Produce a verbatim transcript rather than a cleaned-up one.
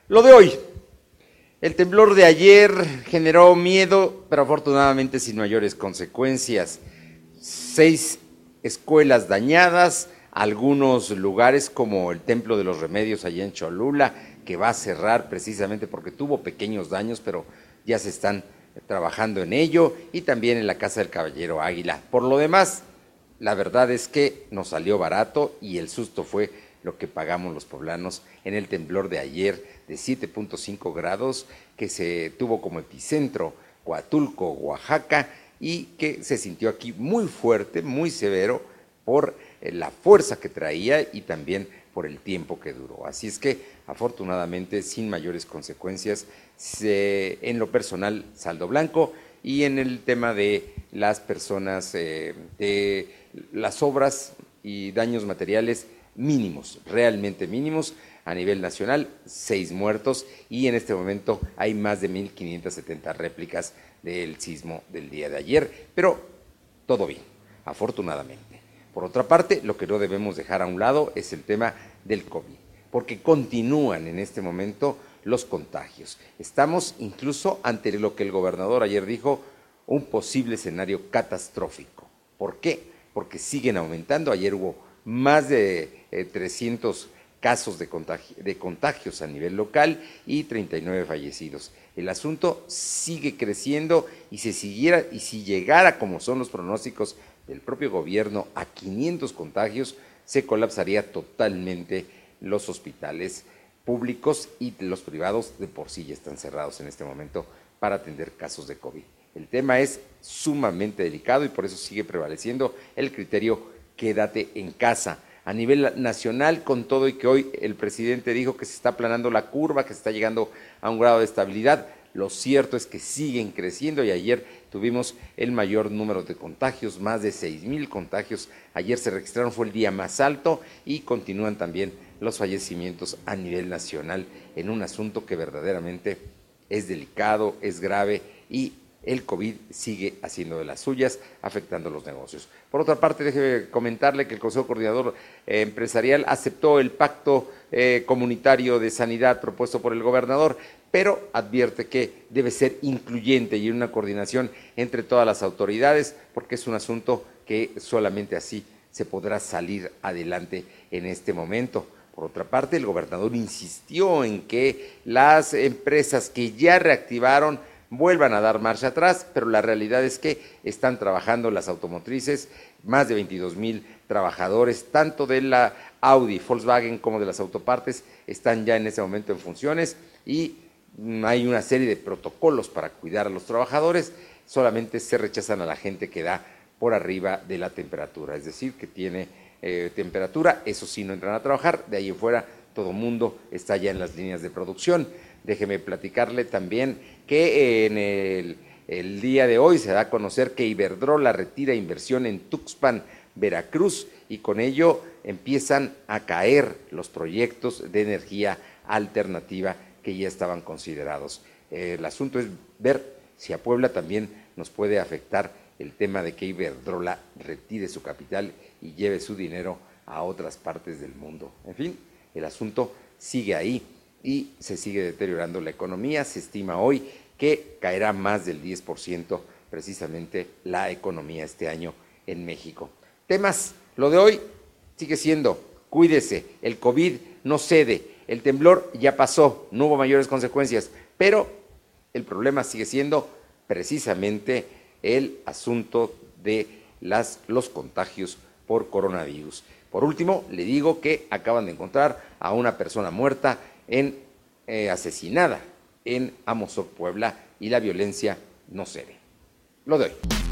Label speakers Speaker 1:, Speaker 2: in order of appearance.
Speaker 1: Lo de hoy, el temblor de ayer generó miedo, pero afortunadamente sin mayores consecuencias. Seis escuelas dañadas, algunos lugares como el Templo de los Remedios allá en Cholula, que va a cerrar precisamente porque tuvo pequeños daños, pero ya se están trabajando en ello, y también en la Casa del Caballero Águila. Por lo demás, la verdad es que nos salió barato y el susto fue lo que pagamos los poblanos en el temblor de ayer de siete punto cinco grados que se tuvo como epicentro Huatulco, Oaxaca, y que se sintió aquí muy fuerte, muy severo por la fuerza que traía y también por el tiempo que duró. Así es que, afortunadamente, sin mayores consecuencias, se, en lo personal, saldo blanco, y en el tema de las personas, eh, de las obras y daños materiales mínimos, realmente mínimos, a nivel nacional, seis muertos, y en este momento hay más de mil quinientas setenta réplicas del sismo del día de ayer, pero todo bien, afortunadamente. Por otra parte, lo que no debemos dejar a un lado es el tema del COVID, porque continúan en este momento los contagios. Estamos incluso ante lo que el gobernador ayer dijo, un posible escenario catastrófico. ¿Por qué? Porque siguen aumentando. Ayer hubo más de eh, trescientos casos de, contagi de contagios a nivel local y treinta y nueve fallecidos. El asunto sigue creciendo y, si siguiera, y si llegara, como son los pronósticos del propio gobierno, a quinientos contagios, se colapsaría totalmente los hospitales públicos, y los privados de por sí ya están cerrados en este momento para atender casos de COVID. El tema es sumamente delicado y por eso sigue prevaleciendo el criterio quédate en casa. A nivel nacional, con todo y que hoy el presidente dijo que se está aplanando la curva, que se está llegando a un grado de estabilidad, lo cierto es que siguen creciendo y ayer tuvimos el mayor número de contagios, más de seis mil contagios. Ayer se registraron, fue el día más alto, y continúan también los fallecimientos a nivel nacional en un asunto que verdaderamente es delicado, es grave, y el COVID sigue haciendo de las suyas, afectando los negocios. Por otra parte, déjeme comentarle que el Consejo Coordinador eh, Empresarial aceptó el pacto eh, comunitario de sanidad propuesto por el gobernador, pero advierte que debe ser incluyente y en una coordinación entre todas las autoridades, porque es un asunto que solamente así se podrá salir adelante en este momento. Por otra parte, el gobernador insistió en que las empresas que ya reactivaron vuelvan a dar marcha atrás, pero la realidad es que están trabajando las automotrices, más de veintidós mil trabajadores, tanto de la Audi, Volkswagen como de las autopartes, están ya en ese momento en funciones, y hay una serie de protocolos para cuidar a los trabajadores. Solamente se rechazan a la gente que da por arriba de la temperatura, es decir, que tiene eh, temperatura, eso sí no entran a trabajar, de ahí en fuera todo mundo está ya en las líneas de producción. Déjeme platicarle también que en el, el día de hoy se da a conocer que Iberdrola retira inversión en Tuxpan, Veracruz, y con ello empiezan a caer los proyectos de energía alternativa que ya estaban considerados. El asunto es ver si a Puebla también nos puede afectar el tema de que Iberdrola retire su capital y lleve su dinero a otras partes del mundo. En fin, el asunto sigue ahí y se sigue deteriorando la economía. Se estima hoy que caerá más del diez por ciento precisamente la economía este año en México. Temas, lo de hoy sigue siendo, cuídese, el COVID no cede, el temblor ya pasó, no hubo mayores consecuencias, pero el problema sigue siendo precisamente el asunto de las, los contagios por coronavirus. Por último, le digo que acaban de encontrar a una persona muerta, en, eh, asesinada en Amozoc, Puebla, y la violencia no cede. Lo doy.